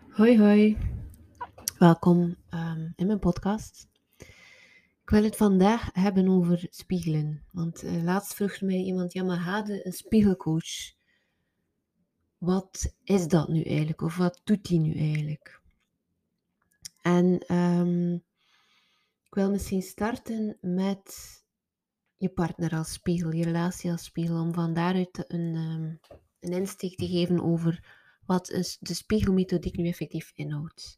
Hoi hoi, welkom in mijn podcast. Ik wil het vandaag hebben over spiegelen. Want laatst vroeg mij iemand, ja maar Hade, een spiegelcoach, wat is dat nu eigenlijk? Of wat doet die nu eigenlijk? En ik wil misschien starten met je partner als spiegel, je relatie als spiegel, om van daaruit een insteek te geven over wat de spiegelmethodiek nu effectief inhoudt.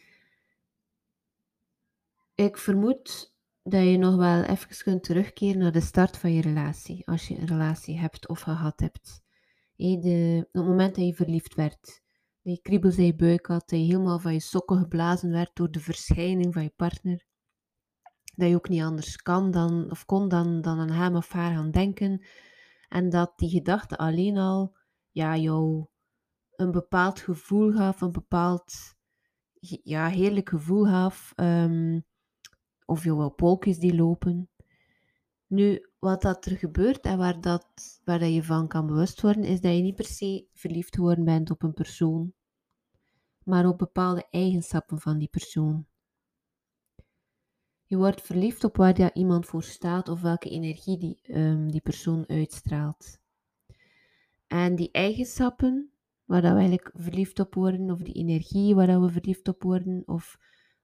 Ik vermoed dat je nog wel even kunt terugkeren naar de start van je relatie, als je een relatie hebt of gehad hebt. Op het moment dat je verliefd werd, dat je kriebels in je buik had, dat je helemaal van je sokken geblazen werd door de verschijning van je partner, dat je ook niet anders kon dan aan hem of haar gaan denken, en dat die gedachte alleen al jou een bepaald gevoel gaf, een bepaald heerlijk gevoel gaf, of je wel polkjes die lopen. Nu, wat dat er gebeurt en waar dat je van kan bewust worden, is dat je niet per se verliefd geworden bent op een persoon, maar op bepaalde eigenschappen van die persoon. Je wordt verliefd op waar dat iemand voor staat of welke energie die persoon uitstraalt. En die eigenschappen waar dat we eigenlijk verliefd op worden, of die energie waar dat we verliefd op worden, of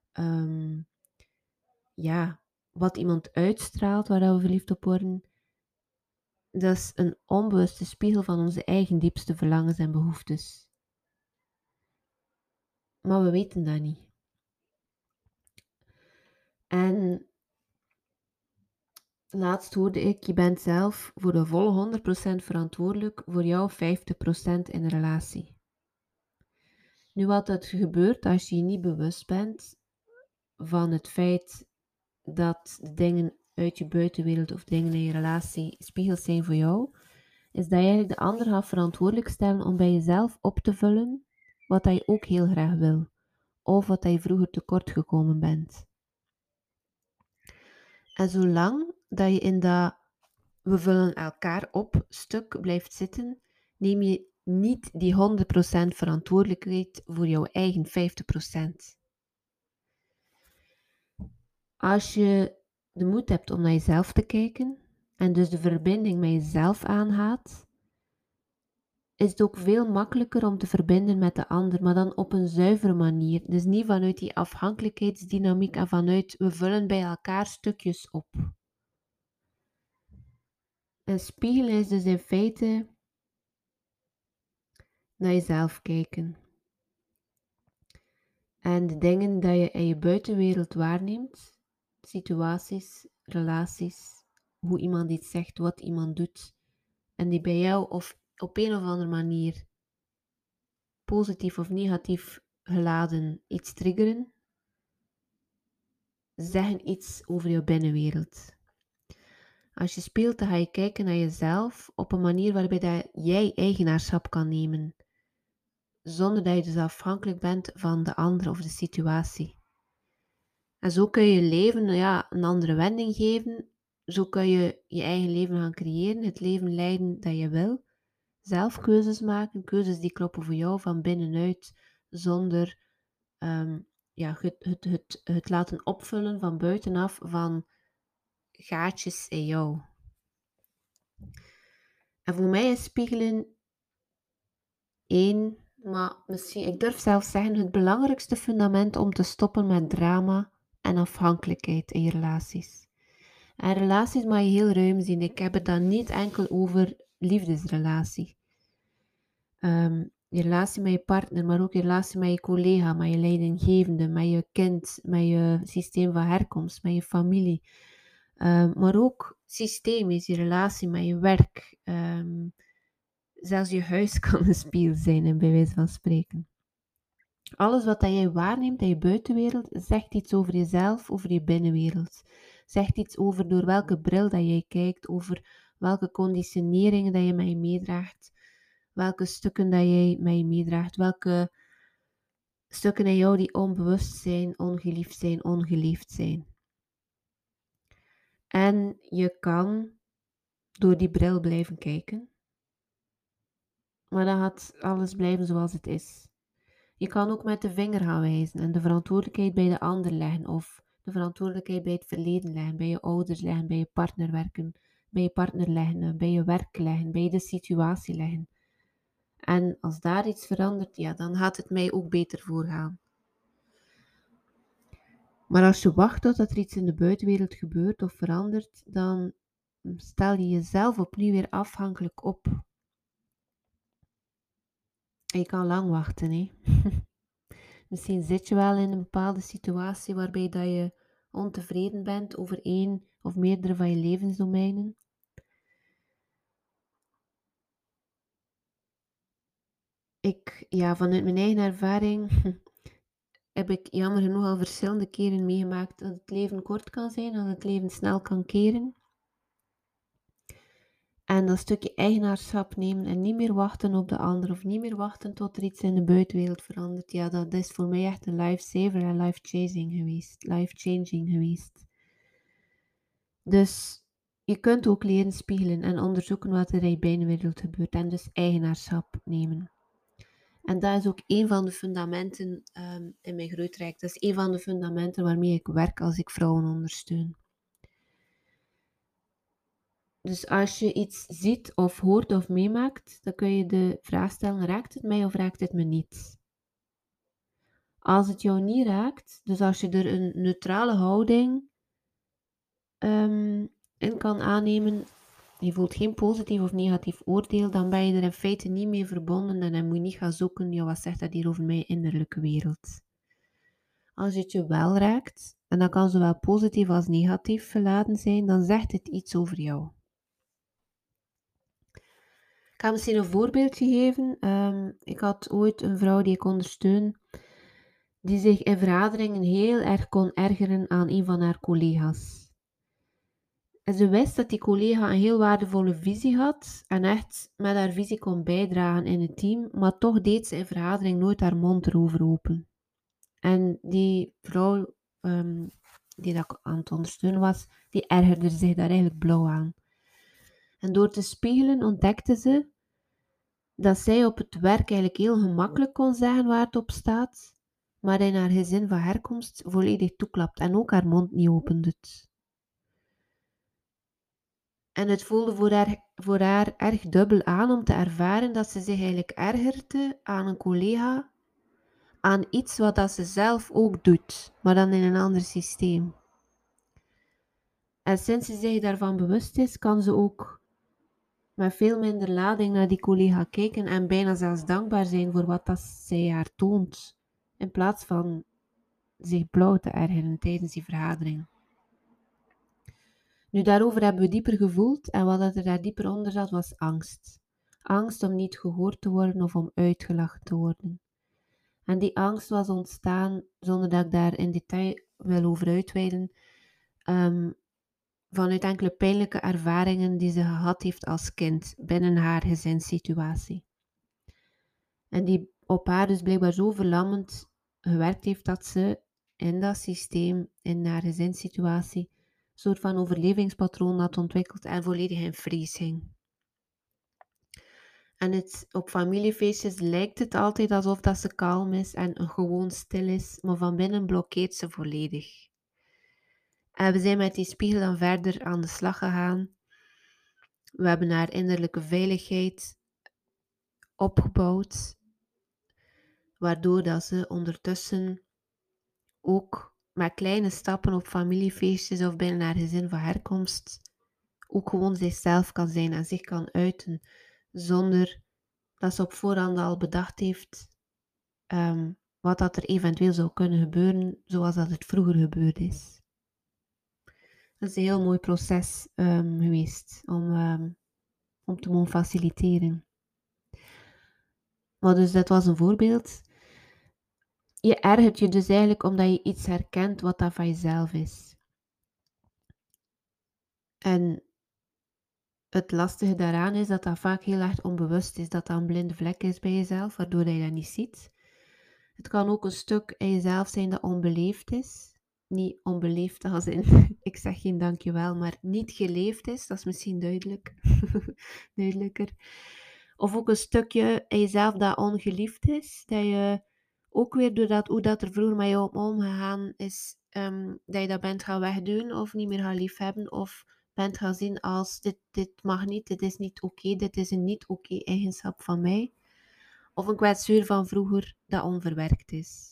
wat iemand uitstraalt waar dat we verliefd op worden, dat is een onbewuste spiegel van onze eigen diepste verlangens en behoeftes. Maar we weten dat niet. En laatst hoorde ik, je bent zelf voor de volle 100% verantwoordelijk voor jouw 50% in een relatie. Nu, wat er gebeurt als je niet bewust bent van het feit dat de dingen uit je buitenwereld of dingen in je relatie spiegels zijn voor jou, is dat je eigenlijk de ander gaat verantwoordelijk stellen om bij jezelf op te vullen wat je ook heel graag wil, of wat je vroeger tekort gekomen bent. En zolang dat je in dat we vullen elkaar op stuk blijft zitten, neem je niet die 100% verantwoordelijkheid voor jouw eigen 50%. Als je de moed hebt om naar jezelf te kijken en dus de verbinding met jezelf aangaat, is het ook veel makkelijker om te verbinden met de ander, maar dan op een zuivere manier. Dus niet vanuit die afhankelijkheidsdynamiek en vanuit we vullen bij elkaar stukjes op. Een spiegel is dus in feite naar jezelf kijken. En de dingen dat je in je buitenwereld waarneemt, situaties, relaties, hoe iemand iets zegt, wat iemand doet, en die bij jou of op een of andere manier positief of negatief geladen iets triggeren, zeggen iets over je binnenwereld. Als je speelt, dan ga je kijken naar jezelf op een manier waarbij dat jij eigenaarschap kan nemen, zonder dat je dus afhankelijk bent van de ander of de situatie. En zo kun je je leven een andere wending geven. Zo kun je je eigen leven gaan creëren, het leven leiden dat je wil. Zelf keuzes maken, keuzes die kloppen voor jou van binnenuit, zonder het laten opvullen van buitenaf van gaatjes in jou. En voor mij is spiegelen maar misschien, ik durf zelfs zeggen, het belangrijkste fundament om te stoppen met drama en afhankelijkheid in je relaties. En relaties mag je heel ruim zien. Ik heb het dan niet enkel over liefdesrelatie. Je relatie met je partner, maar ook je relatie met je collega, met je leidinggevende, met je kind, met je systeem van herkomst, met je familie. Maar ook systemisch, je relatie met je werk. Zelfs je huis kan een spiegel zijn, bij wijze van spreken. Alles wat jij waarneemt in je buitenwereld, zegt iets over jezelf, over je binnenwereld. Zegt iets over door welke bril dat jij kijkt, over welke conditioneringen dat je met je meedraagt, welke stukken dat jij met je meedraagt, welke stukken in jou die onbewust zijn, ongeliefd zijn, ongeleefd zijn. En je kan door die bril blijven kijken, maar dan gaat alles blijven zoals het is. Je kan ook met de vinger gaan wijzen en de verantwoordelijkheid bij de ander leggen of de verantwoordelijkheid bij het verleden leggen, bij je ouders leggen, bij je partner werken, bij je partner leggen, bij je werk leggen, bij de situatie leggen. En als daar iets verandert, ja, dan gaat het mij ook beter voorgaan. Maar als je wacht totdat er iets in de buitenwereld gebeurt of verandert, dan stel je jezelf opnieuw weer afhankelijk op. En je kan lang wachten, hè. Misschien zit je wel in een bepaalde situatie waarbij dat je ontevreden bent over één of meerdere van je levensdomeinen. Vanuit mijn eigen ervaring heb ik jammer genoeg al verschillende keren meegemaakt dat het leven kort kan zijn, dat het leven snel kan keren. En dat stukje eigenaarschap nemen en niet meer wachten op de ander of niet meer wachten tot er iets in de buitenwereld verandert. Ja, dat is voor mij echt een lifesaver en life-changing geweest. Dus je kunt ook leren spiegelen en onderzoeken wat er in je binnenwereld gebeurt en dus eigenaarschap nemen. En dat is ook een van de fundamenten in mijn groeitraject. Dat is een van de fundamenten waarmee ik werk als ik vrouwen ondersteun. Dus als je iets ziet of hoort of meemaakt, dan kun je de vraag stellen, raakt het mij of raakt het me niet? Als het jou niet raakt, dus als je er een neutrale houding in kan aannemen, je voelt geen positief of negatief oordeel, dan ben je er in feite niet mee verbonden en dan moet je niet gaan zoeken, ja, wat zegt dat hier over mijn innerlijke wereld? Als het je wel raakt, en dat kan zowel positief als negatief verladen zijn, dan zegt het iets over jou. Ik ga misschien een voorbeeldje geven. Ik had ooit een vrouw die ik ondersteun, die zich in vergaderingen heel erg kon ergeren aan een van haar collega's. En ze wist dat die collega een heel waardevolle visie had en echt met haar visie kon bijdragen in het team, maar toch deed ze in vergadering nooit haar mond erover open. En die vrouw die dat ik aan het ondersteunen was, die ergerde zich daar eigenlijk blauw aan. En door te spiegelen ontdekte ze dat zij op het werk eigenlijk heel gemakkelijk kon zeggen waar het op staat, maar in haar gezin van herkomst volledig toeklapt en ook haar mond niet opendoet. En het voelde voor haar erg dubbel aan om te ervaren dat ze zich eigenlijk ergerde aan een collega, aan iets wat dat ze zelf ook doet, maar dan in een ander systeem. En sinds ze zich daarvan bewust is, kan ze ook met veel minder lading naar die collega kijken en bijna zelfs dankbaar zijn voor wat dat zij haar toont, in plaats van zich blauw te ergeren tijdens die vergadering. Nu, daarover hebben we dieper gevoeld en wat er daar dieper onder zat was angst. Angst om niet gehoord te worden of om uitgelachen te worden. En die angst was ontstaan, zonder dat ik daar in detail wil over uitweiden, vanuit enkele pijnlijke ervaringen die ze gehad heeft als kind binnen haar gezinssituatie. En die op haar dus blijkbaar zo verlammend gewerkt heeft dat ze in dat systeem, in haar gezinssituatie, een soort van overlevingspatroon had ontwikkeld en volledig in vries ging. En op familiefeestjes lijkt het altijd alsof dat ze kalm is en gewoon stil is, maar van binnen blokkeert ze volledig. En we zijn met die spiegel dan verder aan de slag gegaan. We hebben haar innerlijke veiligheid opgebouwd, waardoor dat ze ondertussen ook met kleine stappen op familiefeestjes of binnen haar gezin van herkomst ook gewoon zichzelf kan zijn en zich kan uiten, zonder dat ze op voorhand al bedacht heeft wat dat er eventueel zou kunnen gebeuren, zoals dat het vroeger gebeurd is. Dat is een heel mooi proces geweest om te mogen faciliteren. Maar dus dat was een voorbeeld. Je ergert je dus eigenlijk omdat je iets herkent wat dat van jezelf is. En het lastige daaraan is dat dat vaak heel erg onbewust is, dat dat een blinde vlek is bij jezelf, waardoor je dat niet ziet. Het kan ook een stuk in jezelf zijn dat onbeleefd is. Niet onbeleefd als in, ik zeg geen dankjewel, maar niet geleefd is. Dat is misschien duidelijker. Of ook een stukje in jezelf dat ongeliefd is, dat je ook weer doordat hoe dat er vroeger met jou omgegaan is, dat je dat bent gaan wegdoen of niet meer gaan liefhebben of bent gaan zien als dit mag niet, dit is niet oké, dit is een niet oké eigenschap van mij. Of een kwetsuur van vroeger dat onverwerkt is.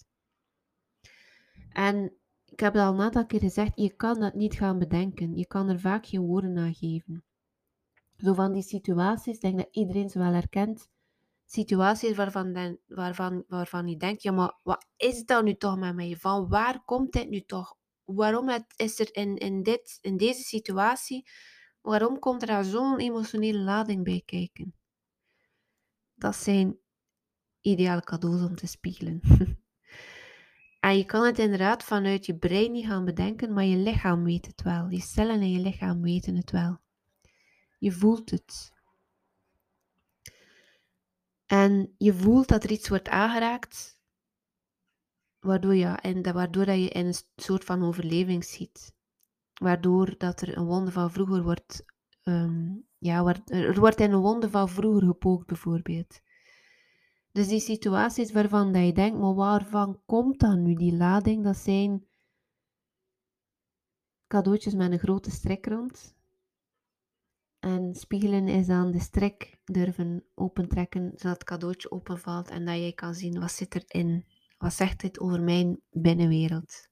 En ik heb het al een aantal keer gezegd, je kan dat niet gaan bedenken. Je kan er vaak geen woorden aan geven. Zo van die situaties, ik denk dat iedereen ze wel herkent. Situaties waarvan je denkt, ja maar wat is dat nu toch met mij? Van waar komt dit nu toch? Waarom is er in deze situatie, waarom komt er daar zo'n emotionele lading bij kijken? Dat zijn ideale cadeaus om te spiegelen. En je kan het inderdaad vanuit je brein niet gaan bedenken, maar je lichaam weet het wel. Je cellen en je lichaam weten het wel. Je voelt het. En je voelt dat er iets wordt aangeraakt, waardoor dat je in een soort van overleving schiet. Waardoor dat er een wonde van vroeger wordt, er wordt in een wonde van vroeger gepookt bijvoorbeeld. Dus die situaties waarvan dat je denkt, maar waarvan komt dan nu die lading? Dat zijn cadeautjes met een grote strik rond. En spiegelen is dan de strik durven opentrekken, zodat het cadeautje openvalt en dat jij kan zien wat zit erin. Wat zegt dit over mijn binnenwereld?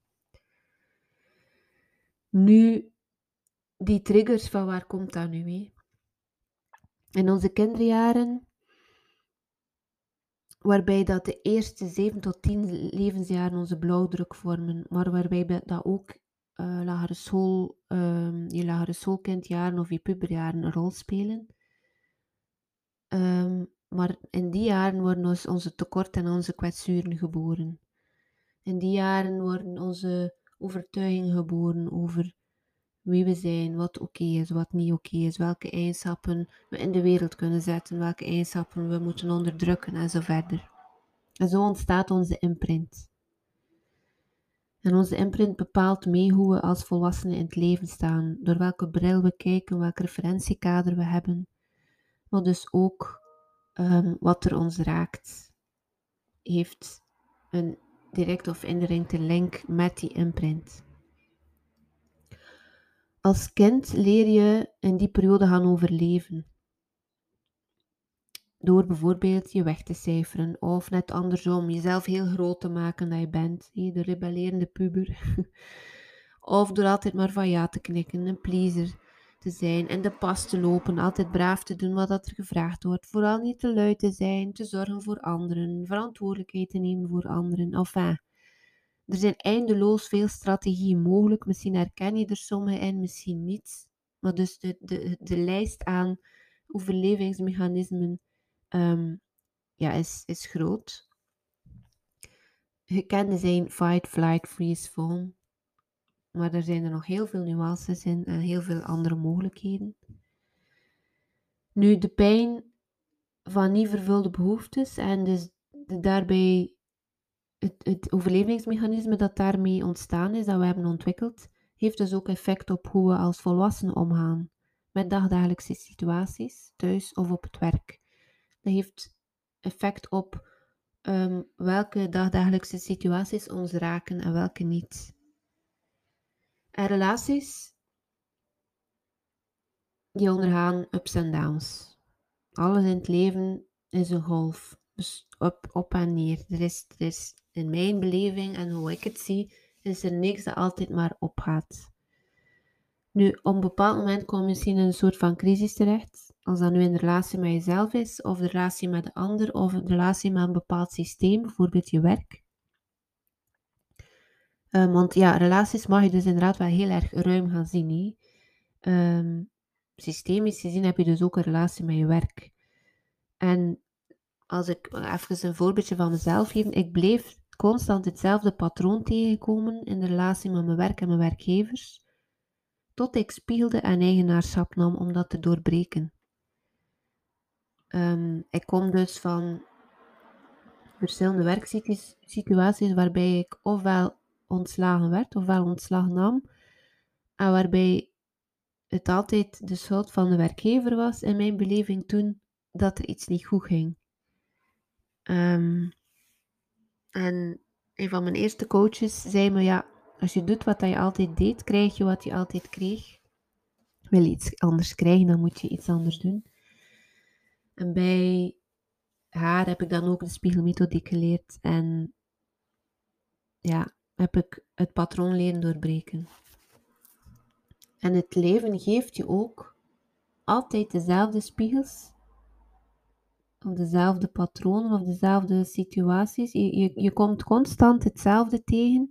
Nu, die triggers, van waar komt dat nu mee? In onze kinderjaren, waarbij dat de eerste 7 tot 10 levensjaren onze blauwdruk vormen, maar waarbij dat ook je lagere schoolkindjaren of je puberjaren een rol spelen. Maar in die jaren worden onze tekorten en onze kwetsuren geboren. In die jaren worden onze overtuigingen geboren over wie we zijn, wat oké is, wat niet oké is, welke eigenschappen we in de wereld kunnen zetten, welke eigenschappen we moeten onderdrukken en zo verder. En zo ontstaat onze imprint. En onze imprint bepaalt mee hoe we als volwassenen in het leven staan, door welke bril we kijken, welk referentiekader we hebben, maar dus ook wat er ons raakt, heeft een direct of indirecte link met die imprint. Als kind leer je in die periode gaan overleven. Door bijvoorbeeld je weg te cijferen of net andersom, jezelf heel groot te maken dat je bent, de rebellerende puber. Of door altijd maar van ja te knikken, een pleaser te zijn, in de pas te lopen, altijd braaf te doen wat er gevraagd wordt, vooral niet te lui te zijn, te zorgen voor anderen, verantwoordelijkheid te nemen voor anderen. Enfin, er zijn eindeloos veel strategieën mogelijk, misschien herken je er sommige in, misschien niet. Maar dus de lijst aan overlevingsmechanismen is groot. Gekende zijn fight, flight, freeze, fawn. Maar er zijn er nog heel veel nuances in en heel veel andere mogelijkheden. Nu, de pijn van niet vervulde behoeftes en dus daarbij het overlevingsmechanisme dat daarmee ontstaan is, dat we hebben ontwikkeld, heeft dus ook effect op hoe we als volwassenen omgaan met dagdagelijkse situaties, thuis of op het werk. Dat heeft effect op welke dagdagelijkse situaties ons raken en welke niet. En relaties, die ondergaan ups en downs. Alles in het leven is een golf. Dus op en neer. Er is in mijn beleving en hoe ik het zie, is er niks dat altijd maar opgaat. Nu, op een bepaald moment kom je misschien in een soort van crisis terecht. Als dat nu in de relatie met jezelf is, of de relatie met de ander, of de relatie met een bepaald systeem, bijvoorbeeld je werk. Want ja, relaties mag je dus inderdaad wel heel erg ruim gaan zien. Systemisch gezien heb je dus ook een relatie met je werk. En als ik even een voorbeeldje van mezelf geef, ik bleef constant hetzelfde patroon tegenkomen in de relatie met mijn werk en mijn werkgevers, tot ik spiegelde en eigenaarschap nam om dat te doorbreken. Ik kom dus van verschillende werksituaties waarbij ik ofwel ontslagen werd, ofwel ontslag nam, en waarbij het altijd de schuld van de werkgever was in mijn beleving toen dat er iets niet goed ging. En een van mijn eerste coaches zei me, ja, als je doet wat je altijd deed, krijg je wat je altijd kreeg. Wil je iets anders krijgen, dan moet je iets anders doen. En bij haar heb ik dan ook de spiegelmethodiek geleerd. En ja, heb ik het patroon leren doorbreken. En het leven geeft je ook altijd dezelfde spiegels, of dezelfde patronen, of dezelfde situaties. Je komt constant hetzelfde tegen,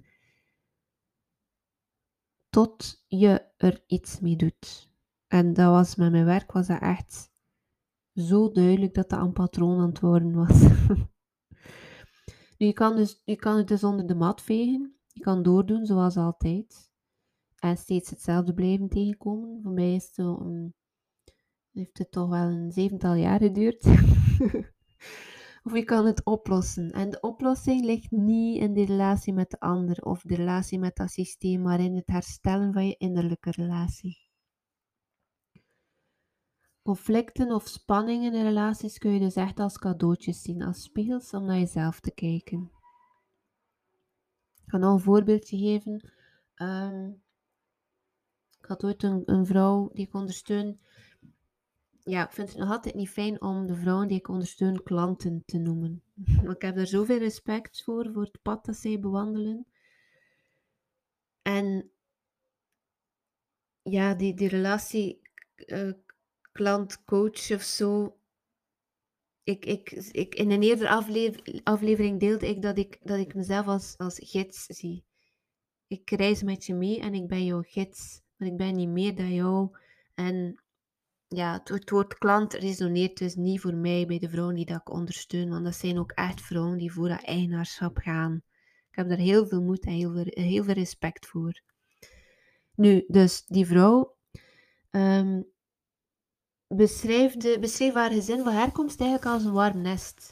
tot je er iets mee doet. En dat was met mijn werk, was dat echt zo duidelijk dat dat een patroon aan het worden was. Nu, je kan het dus onder de mat vegen. Je kan doordoen zoals altijd. En steeds hetzelfde blijven tegenkomen. Voor mij heeft het toch wel een 7-tal jaar geduurd. Of je kan het oplossen. En de oplossing ligt niet in de relatie met de ander of de relatie met dat systeem, maar in het herstellen van je innerlijke relatie. Conflicten of spanningen in relaties kun je dus echt als cadeautjes zien, als spiegels om naar jezelf te kijken. Ik ga nog een voorbeeldje geven. Ik had ooit een vrouw die ik ondersteun. Ja, ik vind het nog altijd niet fijn om de vrouwen die ik ondersteun klanten te noemen. Maar ik heb daar zoveel respect voor het pad dat zij bewandelen. En ja, die relatie klant-coach of zo. In een eerdere aflevering deelde ik dat ik mezelf als gids zie. Ik reis met je mee en ik ben jouw gids, maar ik ben niet meer dan jou. En ja, het woord klant resoneert dus niet voor mij bij de vrouwen die dat ik ondersteun, want dat zijn ook echt vrouwen die voor dat eigenaarschap gaan. Ik heb daar heel veel moed en heel veel respect voor. Nu, dus die vrouw beschreef haar gezin van herkomst eigenlijk als een warm nest.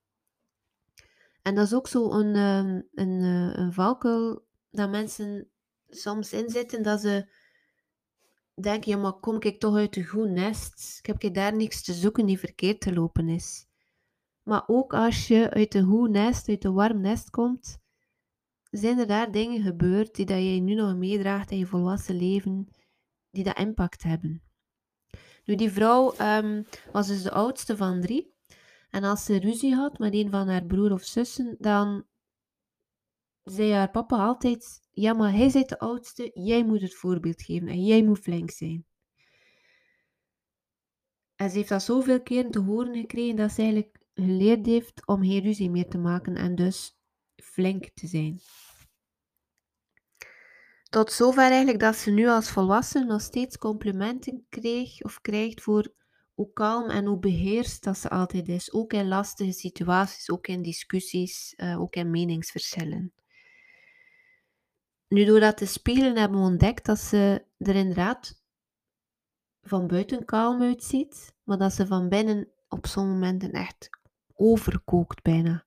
En dat is ook zo een valkuil dat mensen soms inzitten, dat ze denken, ja, maar kom ik toch uit een goed nest? Ik heb daar niks te zoeken die verkeerd te lopen is. Maar ook als je uit een goed nest, uit een warm nest komt, zijn er daar dingen gebeurd die dat je nu nog meedraagt in je volwassen leven, die dat impact hebben. Nu, die vrouw was dus de oudste van 3. En als ze ruzie had met een van haar broer of zussen, dan zei haar papa altijd, ja, maar hij is de oudste, jij moet het voorbeeld geven en jij moet flink zijn. En ze heeft dat zoveel keren te horen gekregen dat ze eigenlijk geleerd heeft om geen ruzie meer te maken en dus flink te zijn. Tot zover eigenlijk dat ze nu als volwassene nog steeds complimenten krijgt voor hoe kalm en hoe beheerst dat ze altijd is. Ook in lastige situaties, ook in discussies, ook in meningsverschillen. Nu, door dat te spelen hebben we ontdekt dat ze er inderdaad van buiten kalm uitziet, maar dat ze van binnen op zo'n momenten echt overkookt bijna.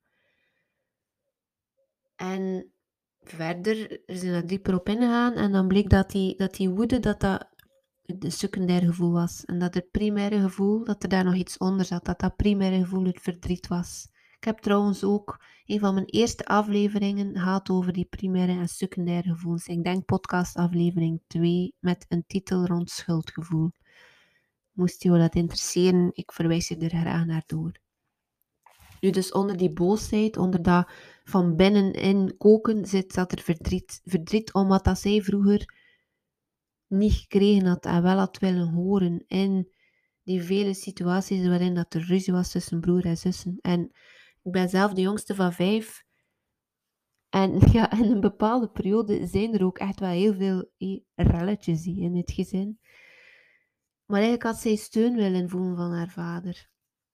En verder zijn we er dieper op ingegaan en dan bleek dat die woede, dat een secundair gevoel was. En dat het primaire gevoel, dat er daar nog iets onder zat, dat primaire gevoel het verdriet was. Ik heb trouwens ook een van mijn eerste afleveringen gehad over die primaire en secundaire gevoelens. Ik denk podcast aflevering 2 met een titel rond schuldgevoel. Moest je dat interesseren, ik verwijs je er graag naar door. Nu, dus onder die boosheid, onder dat van binnenin koken, zat er verdriet. Verdriet omdat dat zij vroeger niet gekregen had en wel had willen horen in die vele situaties waarin dat er ruzie was tussen broer en zussen. En ik ben zelf de jongste van 5. En ja, in een bepaalde periode zijn er ook echt wel heel veel relletjes in het gezin. Maar eigenlijk had zij steun willen voelen van haar vader.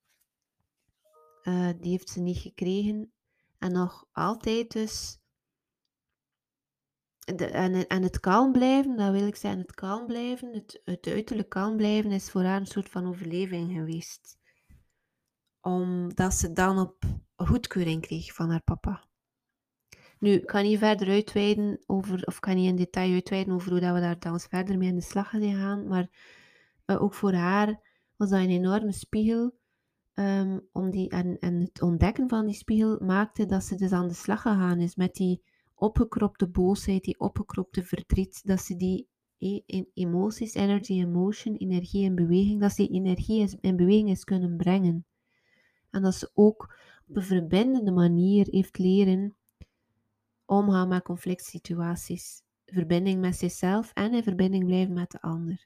Die heeft ze niet gekregen. En nog altijd dus. En het kalm blijven, dat wil ik zeggen, het kalm blijven, het uiterlijk kalm blijven, is voor haar een soort van overleving geweest. Omdat ze dan op goedkeuring kreeg van haar papa. Nu, ik kan niet verder uitweiden over, of kan niet in detail uitweiden over hoe dat we daar dan verder mee aan de slag gaan gaan, maar ook voor haar was dat een enorme spiegel En het ontdekken van die spiegel maakte dat ze dus aan de slag gegaan is met die opgekropte boosheid, die opgekropte verdriet, dat ze die emoties, energy in motion, energie in beweging, dat ze die energie in beweging is kunnen brengen. En dat ze ook op een verbindende manier heeft leren omgaan met conflict situaties. Verbinding met zichzelf en in verbinding blijven met de ander.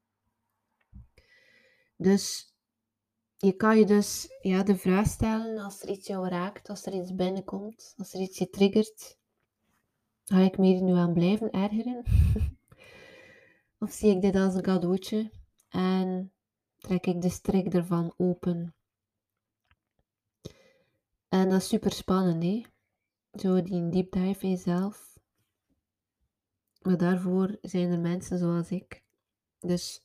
Dus je kan je dus de vraag stellen als er iets jou raakt, als er iets binnenkomt, als er iets je triggert. Ga ik me hier nu aan blijven ergeren? Of zie ik dit als een cadeautje en trek ik de strik ervan open? En dat is super spannend, hè? Zo die deep dive in jezelf. Maar daarvoor zijn er mensen zoals ik. Dus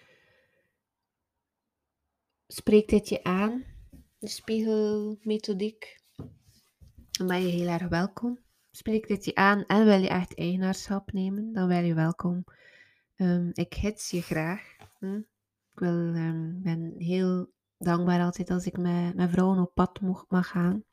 spreekt dit je aan, de spiegelmethodiek, dan ben je heel erg welkom. Spreekt dit je aan en wil je echt eigenaarschap nemen, dan ben je welkom. Ik gids je graag. Ik ben heel dankbaar altijd als ik met vrouwen op pad mag gaan.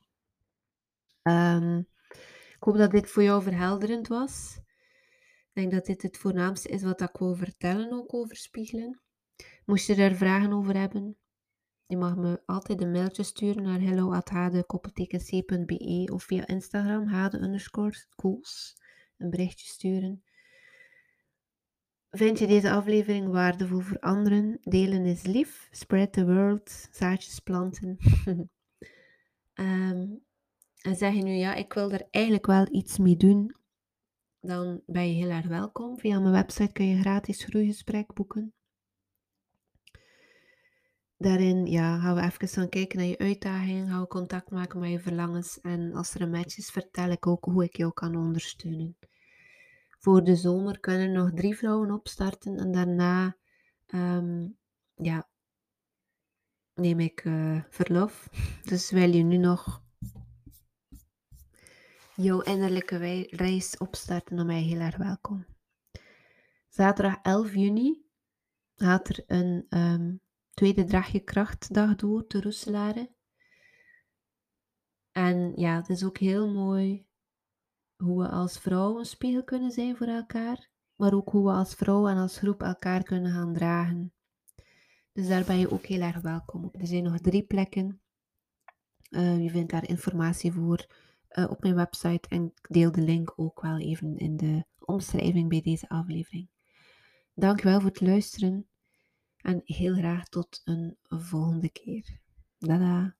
Ik hoop dat dit voor jou verhelderend was. Ik denk dat dit het voornaamste is wat ik wil vertellen ook over spiegelen. Moest je er vragen over hebben, je mag me altijd een mailtje sturen naar hello@hade_c.be of via Instagram hade_schools een berichtje sturen. Vind je deze aflevering waardevol voor anderen? Delen is lief. Spread the word. Zaadjes planten. En zeg je nu, ja, ik wil er eigenlijk wel iets mee doen, dan ben je heel erg welkom. Via mijn website kun je een gratis groeigesprek boeken. Daarin gaan we even gaan kijken naar je uitdaging, gaan we contact maken met je verlangens en als er een match is, vertel ik ook hoe ik jou kan ondersteunen. Voor de zomer kunnen er nog 3 vrouwen opstarten en daarna neem ik verlof. Dus wil je nu nog jouw innerlijke reis opstarten, dan ben je heel erg welkom. Zaterdag 11 juni gaat er een tweede Draagje Krachtdag door te Roeselare. En ja, het is ook heel mooi hoe we als vrouw een spiegel kunnen zijn voor elkaar, maar ook hoe we als vrouw en als groep elkaar kunnen gaan dragen. Dus daar ben je ook heel erg welkom op. Er zijn nog 3 plekken. Je vindt daar informatie voor op mijn website en ik deel de link ook wel even in de omschrijving bij deze aflevering. Dankjewel voor het luisteren en heel graag tot een volgende keer. Dada!